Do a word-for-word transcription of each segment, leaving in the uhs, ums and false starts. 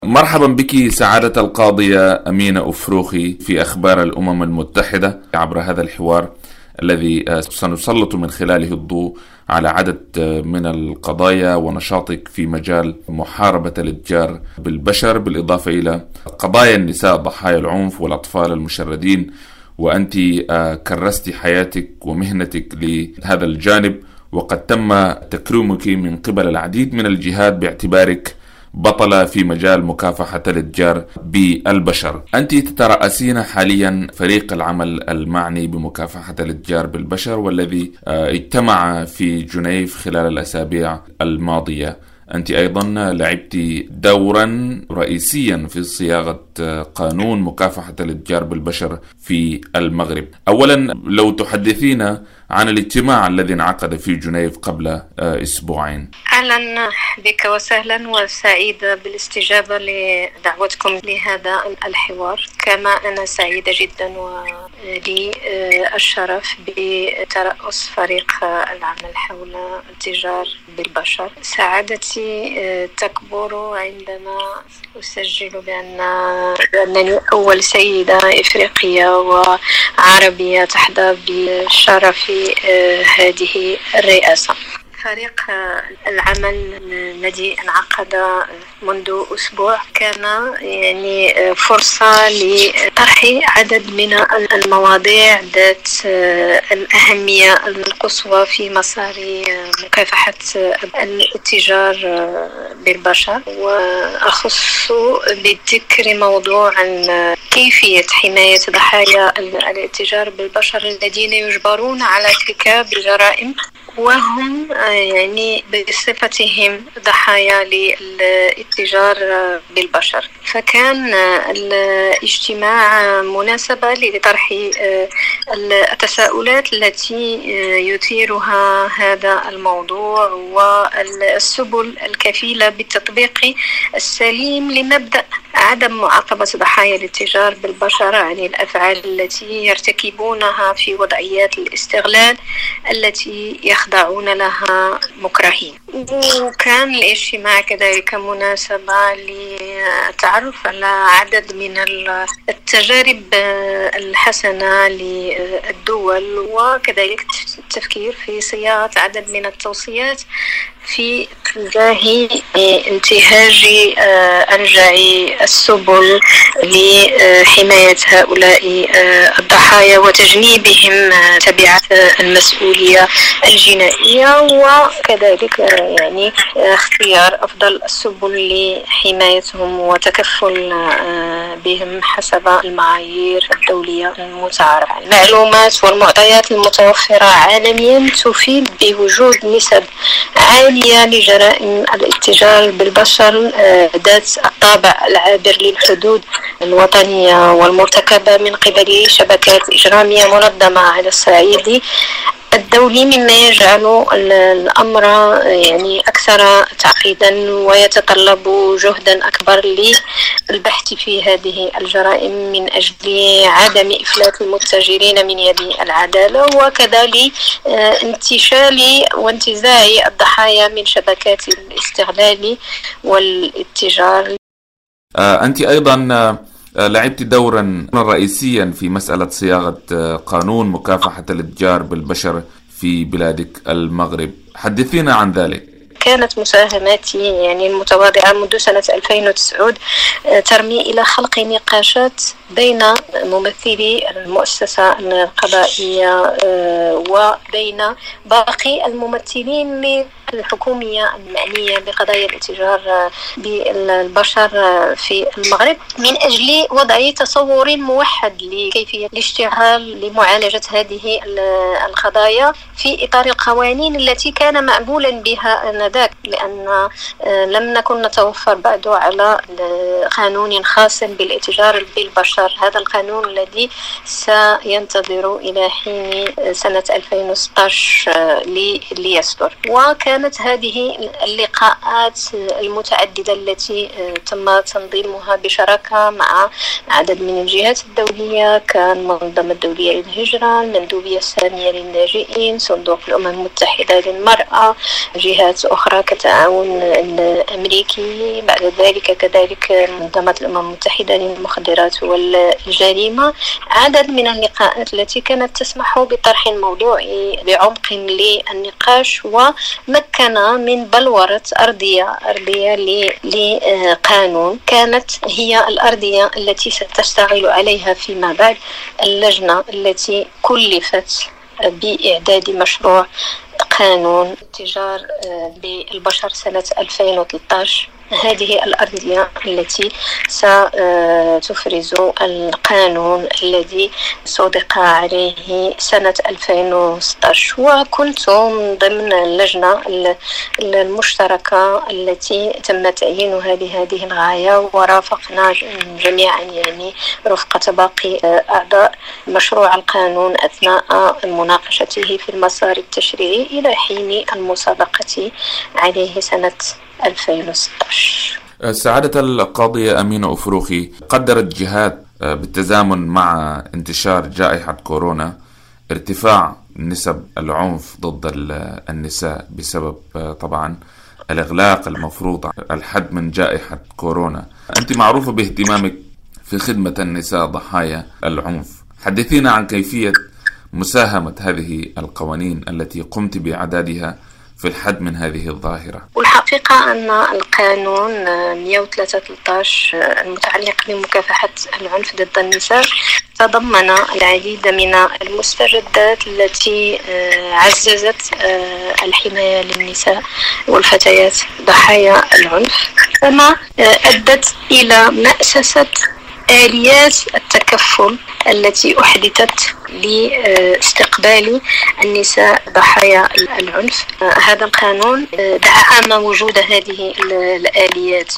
مرحبا بك سعادة القاضية أمينة أفروخي في أخبار الأمم المتحدة عبر هذا الحوار الذي سنسلط من خلاله الضوء على عدد من القضايا ونشاطك في مجال محاربة الإتجار بالبشر، بالإضافة إلى قضايا النساء ضحايا العنف والأطفال المشردين، وأنت كرست حياتك ومهنتك لهذا الجانب، وقد تم تكريمك من قبل العديد من الجهات باعتبارك بطلة في مجال مكافحة الإتجار بالبشر. أنت تترأسين حاليا فريق العمل المعني بمكافحة الإتجار بالبشر، والذي اجتمع في جنيف خلال الأسابيع الماضية. أنت أيضا لعبت دورا رئيسيا في صياغة قانون مكافحة الإتجار بالبشر في المغرب. أولا لو تحدثينا عن الاجتماع الذي انعقد في جنيف قبل أسبوعين. أهلا بك وسهلا، وسعيدة بالاستجابة لدعوتكم لهذا الحوار. كما أنا سعيدة جدا ولي الشرف بترأس فريق العمل حول الإتجار بالبشر. سعادتي تكبر عندما أسجل بأن أنني أول سيدة إفريقية وعربية تحظى بشرف هذه الرئاسة. فريق العمل الذي انعقد منذ أسبوع كان يعني فرصة لطرح عدد من المواضيع ذات الأهمية القصوى في مسار مكافحة الاتجار بالبشر، وأخص بالذكر موضوع كيفية حماية ضحايا الاتجار بالبشر الذين يجبرون على ارتكاب جرائم وهم يعني بصفتهم ضحايا للاتجار بالبشر. فكان الاجتماع مناسبة لطرح التساؤلات التي يثيرها هذا الموضوع والسبل الكفيلة بالتطبيق السليم لمبدأ عدم معاقبة ضحايا الاتجار بالبشر عن الأفعال التي يرتكبونها في وضعيات الاستغلال التي يخضعون لها مكرهين. وكان الاجتماع كذلك مناسبة للتعرف على عدد من التجارب الحسنة للدول، وكذلك التفكير في صياغة عدد من التوصيات في اتجاه انتهاج أرجع السبل لحماية هؤلاء الضحايا وتجنيبهم تبعات المسؤولية الجنائية، وكذلك يعني اختيار أفضل السبل لحمايتهم وتكفل بهم حسب المعايير الدولية المتعارف عليها. المعلومات والمعطيات المتوفرة عالميا تفيد بوجود نسب عالية لجرائم الاتجار بالبشر ذات الطابع العابر للحدود الوطنية والمرتكبة من قبل شبكات إجرامية منظمة على الصعيد الدولي، مما يجعل الأمر يعني أكثر تعقيدا ويتطلب جهدا أكبر للبحث في هذه الجرائم من أجل عدم إفلات المتجرين من يد العدالة، وكذلك انتشال وانتزاع الضحايا من شبكات الاستغلال والاتجار. أنت أيضا لعبت دورا رئيسيا في مسألة صياغة قانون مكافحة الإتجار بالبشر في بلادك المغرب. حدثينا عن ذلك. كانت مساهماتي يعني المتواضعة منذ سنة ألفين وتسعة ترمي إلى خلق نقاشات بين ممثلي المؤسسة القضائية وبين باقي الممثلين الحكومية المعنية بقضايا الاتجار بالبشر في المغرب، من أجل وضع تصور موحد لكيفية الاشتغال لمعالجة هذه القضايا في إطار القوانين التي كان معمولا بها آنذاك، لأن لم نكن نتوفر بعد على قانون خاص بالاتجار بالبشر. هذا القانون الذي سينتظر إلى حين سنة ألفين وستة عشر ليصدر. وكان كانت هذه اللقاءات المتعددة التي تم تنظيمها بشراكة مع عدد من الجهات الدولية، كان المنظمة الدولية للهجرة، المندوبية السامية للاجئين، صندوق الأمم المتحدة للمرأة، جهات أخرى كالتعاون الأمريكي، بعد ذلك كذلك منظمة الأمم المتحدة للمخدرات والجريمة. عدد من اللقاءات التي كانت تسمح بطرح موضوعي بعمق للنقاش ومكن من بلورة أرضية أرضية لقانون كانت هي الأرضية التي ستشتغل عليها فيما بعد اللجنة التي كلفت بإعداد مشروع قانون التجار بالبشر سنة ألفين وثلاثة عشر. هذه الأرضية التي ستفرز القانون الذي صدق عليه سنة ألفين وستة عشر، وكنت ضمن اللجنة المشتركة التي تم تعيينها لهذه الغاية، ورافقنا جميعا يعني رفقة باقي أعضاء مشروع القانون أثناء مناقشته في المسار التشريعي إلى حين المسابقة عليه سنة ألفين وستة عشر. سعادة القاضية أمينة أفروخي، قدرت جهات بالتزامن مع انتشار جائحة كورونا ارتفاع نسب العنف ضد النساء بسبب طبعا الإغلاق المفروض على الحد من جائحة كورونا. أنت معروفة باهتمامك في خدمة النساء ضحايا العنف، حدثينا عن كيفية مساهمة هذه القوانين التي قمت بإعدادها في الحد من هذه الظاهرة. والحقيقة أن القانون مئة وثلاثة ثلاثة عشر المتعلق بمكافحة العنف ضد النساء تضمن العديد من المستجدات التي عززت الحماية للنساء والفتيات ضحايا العنف، كما أدت إلى مأسسة آليات التكفل التي أحدثت لاستقبال النساء ضحايا العنف. هذا القانون دعم وجود هذه الآليات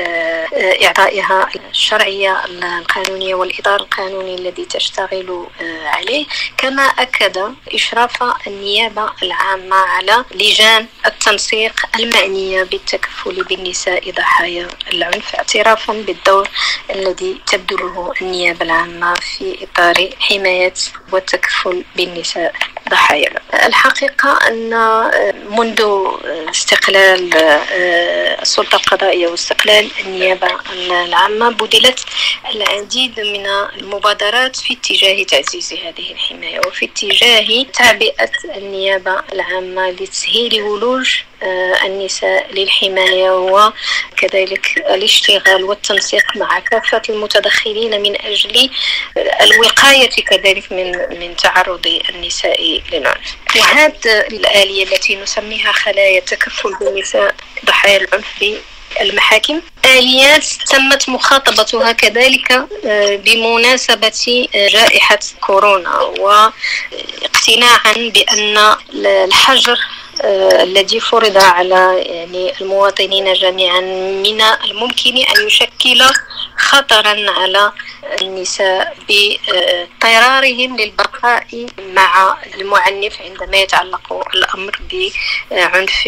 بإعطائها الشرعية القانونية والإطار القانوني الذي تشتغل عليه، كما أكد إشراف النيابة العامة على لجان التنسيق المعنية بالتكفل بالنساء ضحايا العنف، اعترافا بالدور الذي تبذله النيابة العامة في إطار حماية والتكفل بالنساء ضحايا. الحقيقة أن منذ استقلال السلطة القضائية واستقلال النيابة العامة بذلت العديد من المبادرات في اتجاه تعزيز هذه الحماية وفي اتجاه تعبئة النيابة العامة لتسهيل ولوج النساء للحماية، وكذلك الاشتغال والتنسيق مع كافة المتدخلين من أجل الوقاية كذلك من من تعرض النساء للعنف. وهذه الآلية التي نسميها خلايا التكفل بالنساء ضحايا العنف بالمحاكم آليات تمت مخاطبتها كذلك بمناسبة جائحة كورونا، واقتناعا بأن الحجر الذي فرض على يعني المواطنين جميعا من الممكن أن يشكل خطرا على النساء باضطرارهم للبقاء مع المعنف عندما يتعلق الأمر بعنف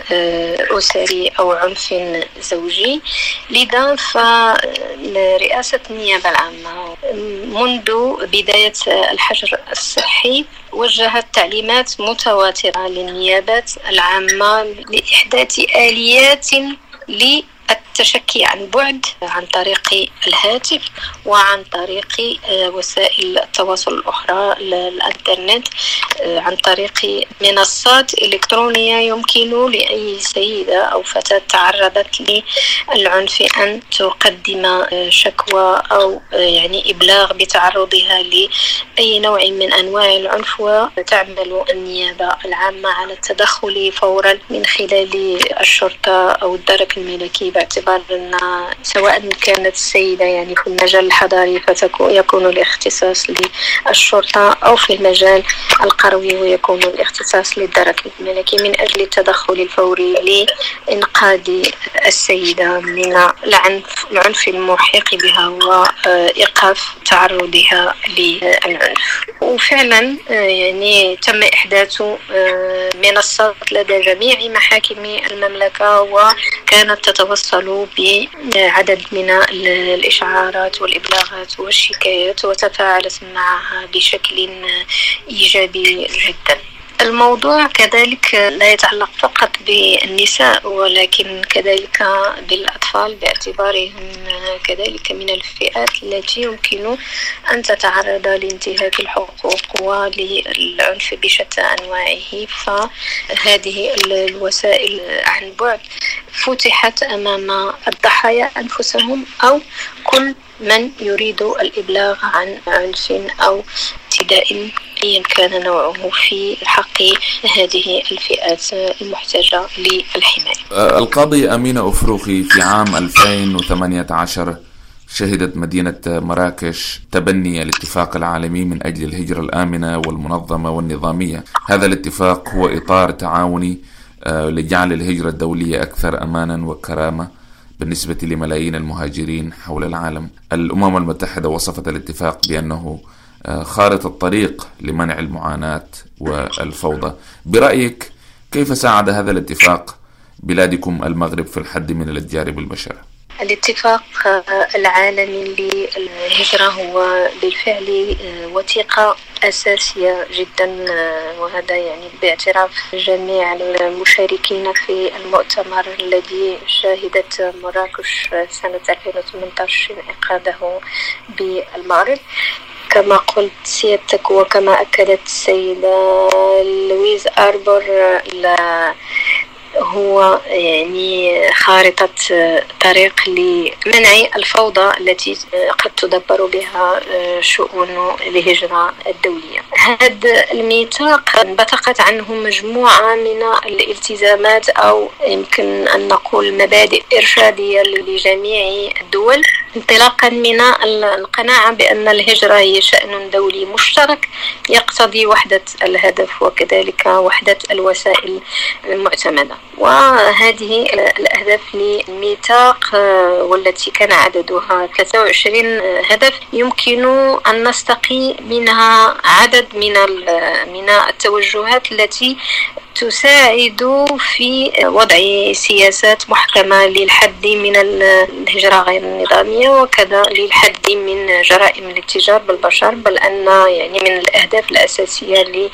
أسري أو عنف زوجي. لذا فرئاسة النيابة العامة منذ بداية الحجر الصحي وجهت تعليمات متواترة للنيابات العامة لإحداث آليات للتشكي عن بعد عن طريق الهاتف وعن طريق وسائل التواصل الأخرى الإنترنت، عن طريق منصات إلكترونية يمكن لأي سيدة أو فتاة تعرضت للعنف أن تقدم شكوى أو يعني إبلاغ بتعرضها لأي نوع من أنواع العنف، وتعمل النيابة العامة على التدخل فورا من خلال الشرطة أو الدرك الملكي باعتبار باعتبار أن سواء كانت السيدة يعني في المجال الحضاري فيكون الاختصاص للشرطة، أو في المجال القروي ويكون الاختصاص للدرك الملكي، من أجل التدخل الفوري لإنقاذ السيدة من العنف المحيق بها وإيقاف تعرضها للعنف. وفعلا يعني تم إحداث منصات لدى جميع محاكم المملكة، وكانت تتوصل بعدد من الإشعارات والإبلاغات والشكايات وتفاعلت معها بشكل إيجابي جدا. الموضوع كذلك لا يتعلق فقط بالنساء ولكن كذلك بالأطفال، باعتبارهم كذلك من الفئات التي يمكن أن تتعرض لانتهاك الحقوق وللعنف بشتى أنواعه. فهذه الوسائل عن بعد فتحت أمام الضحايا أنفسهم أو كل من يريد الإبلاغ عن عنف أو اعتداء أيا كان نوعه في حق هذه الفئات المحتاجة للحماية. القاضية أمينة أفروخي، في عام ألفين وثمانية عشر شهدت مدينة مراكش تبني الاتفاق العالمي من أجل الهجرة الآمنة والمنظمة والنظامية. هذا الاتفاق هو إطار تعاوني لجعل الهجرة الدولية أكثر أمانا وكرامة بالنسبة لملايين المهاجرين حول العالم. الأمم المتحدة وصفت الاتفاق بأنه خارطة الطريق لمنع المعاناة والفوضى. برأيك كيف ساعد هذا الاتفاق بلادكم المغرب في الحد من الاتجار بالبشر؟ الاتفاق العالمي للهجرة هو بالفعل وثيقة أساسية جدا، وهذا يعني باعتراف جميع المشاركين في المؤتمر الذي شهدت مراكش سنة ألفين وثمانية عشر انعقاده بالمغرب. كما قلت سيادتك وكما أكدت السيدة لويز أربور، هو يعني خارطة طريق لمنع الفوضى التي قد تدبر بها شؤون الهجرة الدولية. هذا الميثاق انبثقت عنه مجموعة من الالتزامات أو يمكن أن نقول مبادئ إرشادية لجميع الدول، انطلاقا من القناعة بأن الهجرة هي شأن دولي مشترك يقتضي وحدة الهدف وكذلك وحدة الوسائل المعتمدة. وهذه الأهداف للميثاق والتي كان عددها ثلاثة وعشرين هدف يمكن أن نستقي منها عدد من من التوجهات التي تساعد في وضع سياسات محكمة للحد من الهجرة غير النظامية وكذا للحد من جرائم الاتجار بالبشر، بل أن يعني من الأهداف الأساسية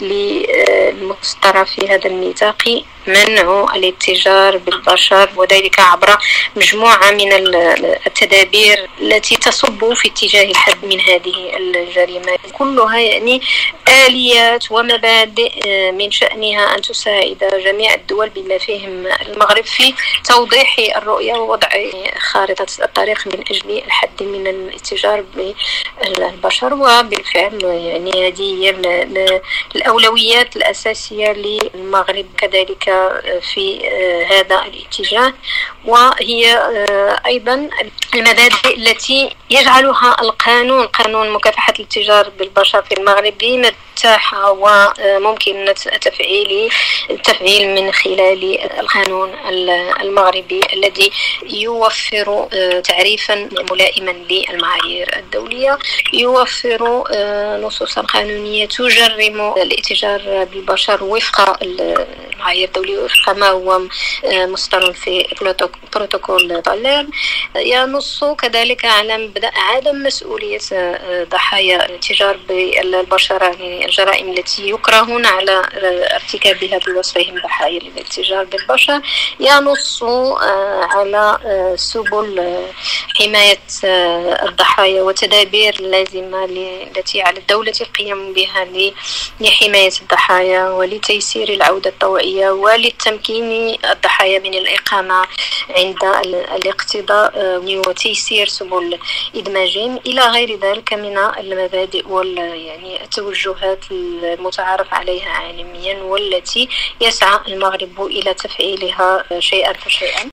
للمسطرة في هذا الميثاق منع الاتجار بالبشر، وذلك عبر مجموعة من التدابير التي تصب في اتجاه الحد من هذه الجريمة، كلها يعني آليات ومبادئ من شأنها أن تساعد جميع الدول بما فيهم المغرب في توضيح الرؤية ووضع خارطة الطريق من أجل الحد من الاتجار بالبشر. وبالفعل يعني هذه هي الأولويات الأساسية للمغرب كذلك في هذا الاتجاه، وهي أيضا المبادئ التي يجعلها القانون قانون مكافحة الاتجار بالبشر في المغرب متاحة وممكن تفعيل التفعيل من خلال القانون المغربي الذي يوفر تعريفا ملائما للمعايير الدولية، يوفر نصوصا قانونية تجرم الاتجار بالبشر وفق المعايير الدولية وفق ما هو مصدر في بروتوكول طالان، ينص كذلك على مبدأ عدم مسؤولية ضحايا الاتجار بالبشر، يعني الجرائم التي يكرهون على ارتكابها بوصفهم ضحايا للاتجار بالبشر، ينص على سبل حماية الضحايا وتدابير لازمة التي على الدولة القيام بها لحماية الضحايا ولتيسير العودة الطوعية وللتمكين الضحايا من الإقامة عند الاقتضاء وتيسير سبل إدماجهم إلى غير ذلك من المبادئ وال يعني التوجهات المتعارف عليها عالميا والتي يسعى المغرب إلى تفعيلها شيئا فشيئا.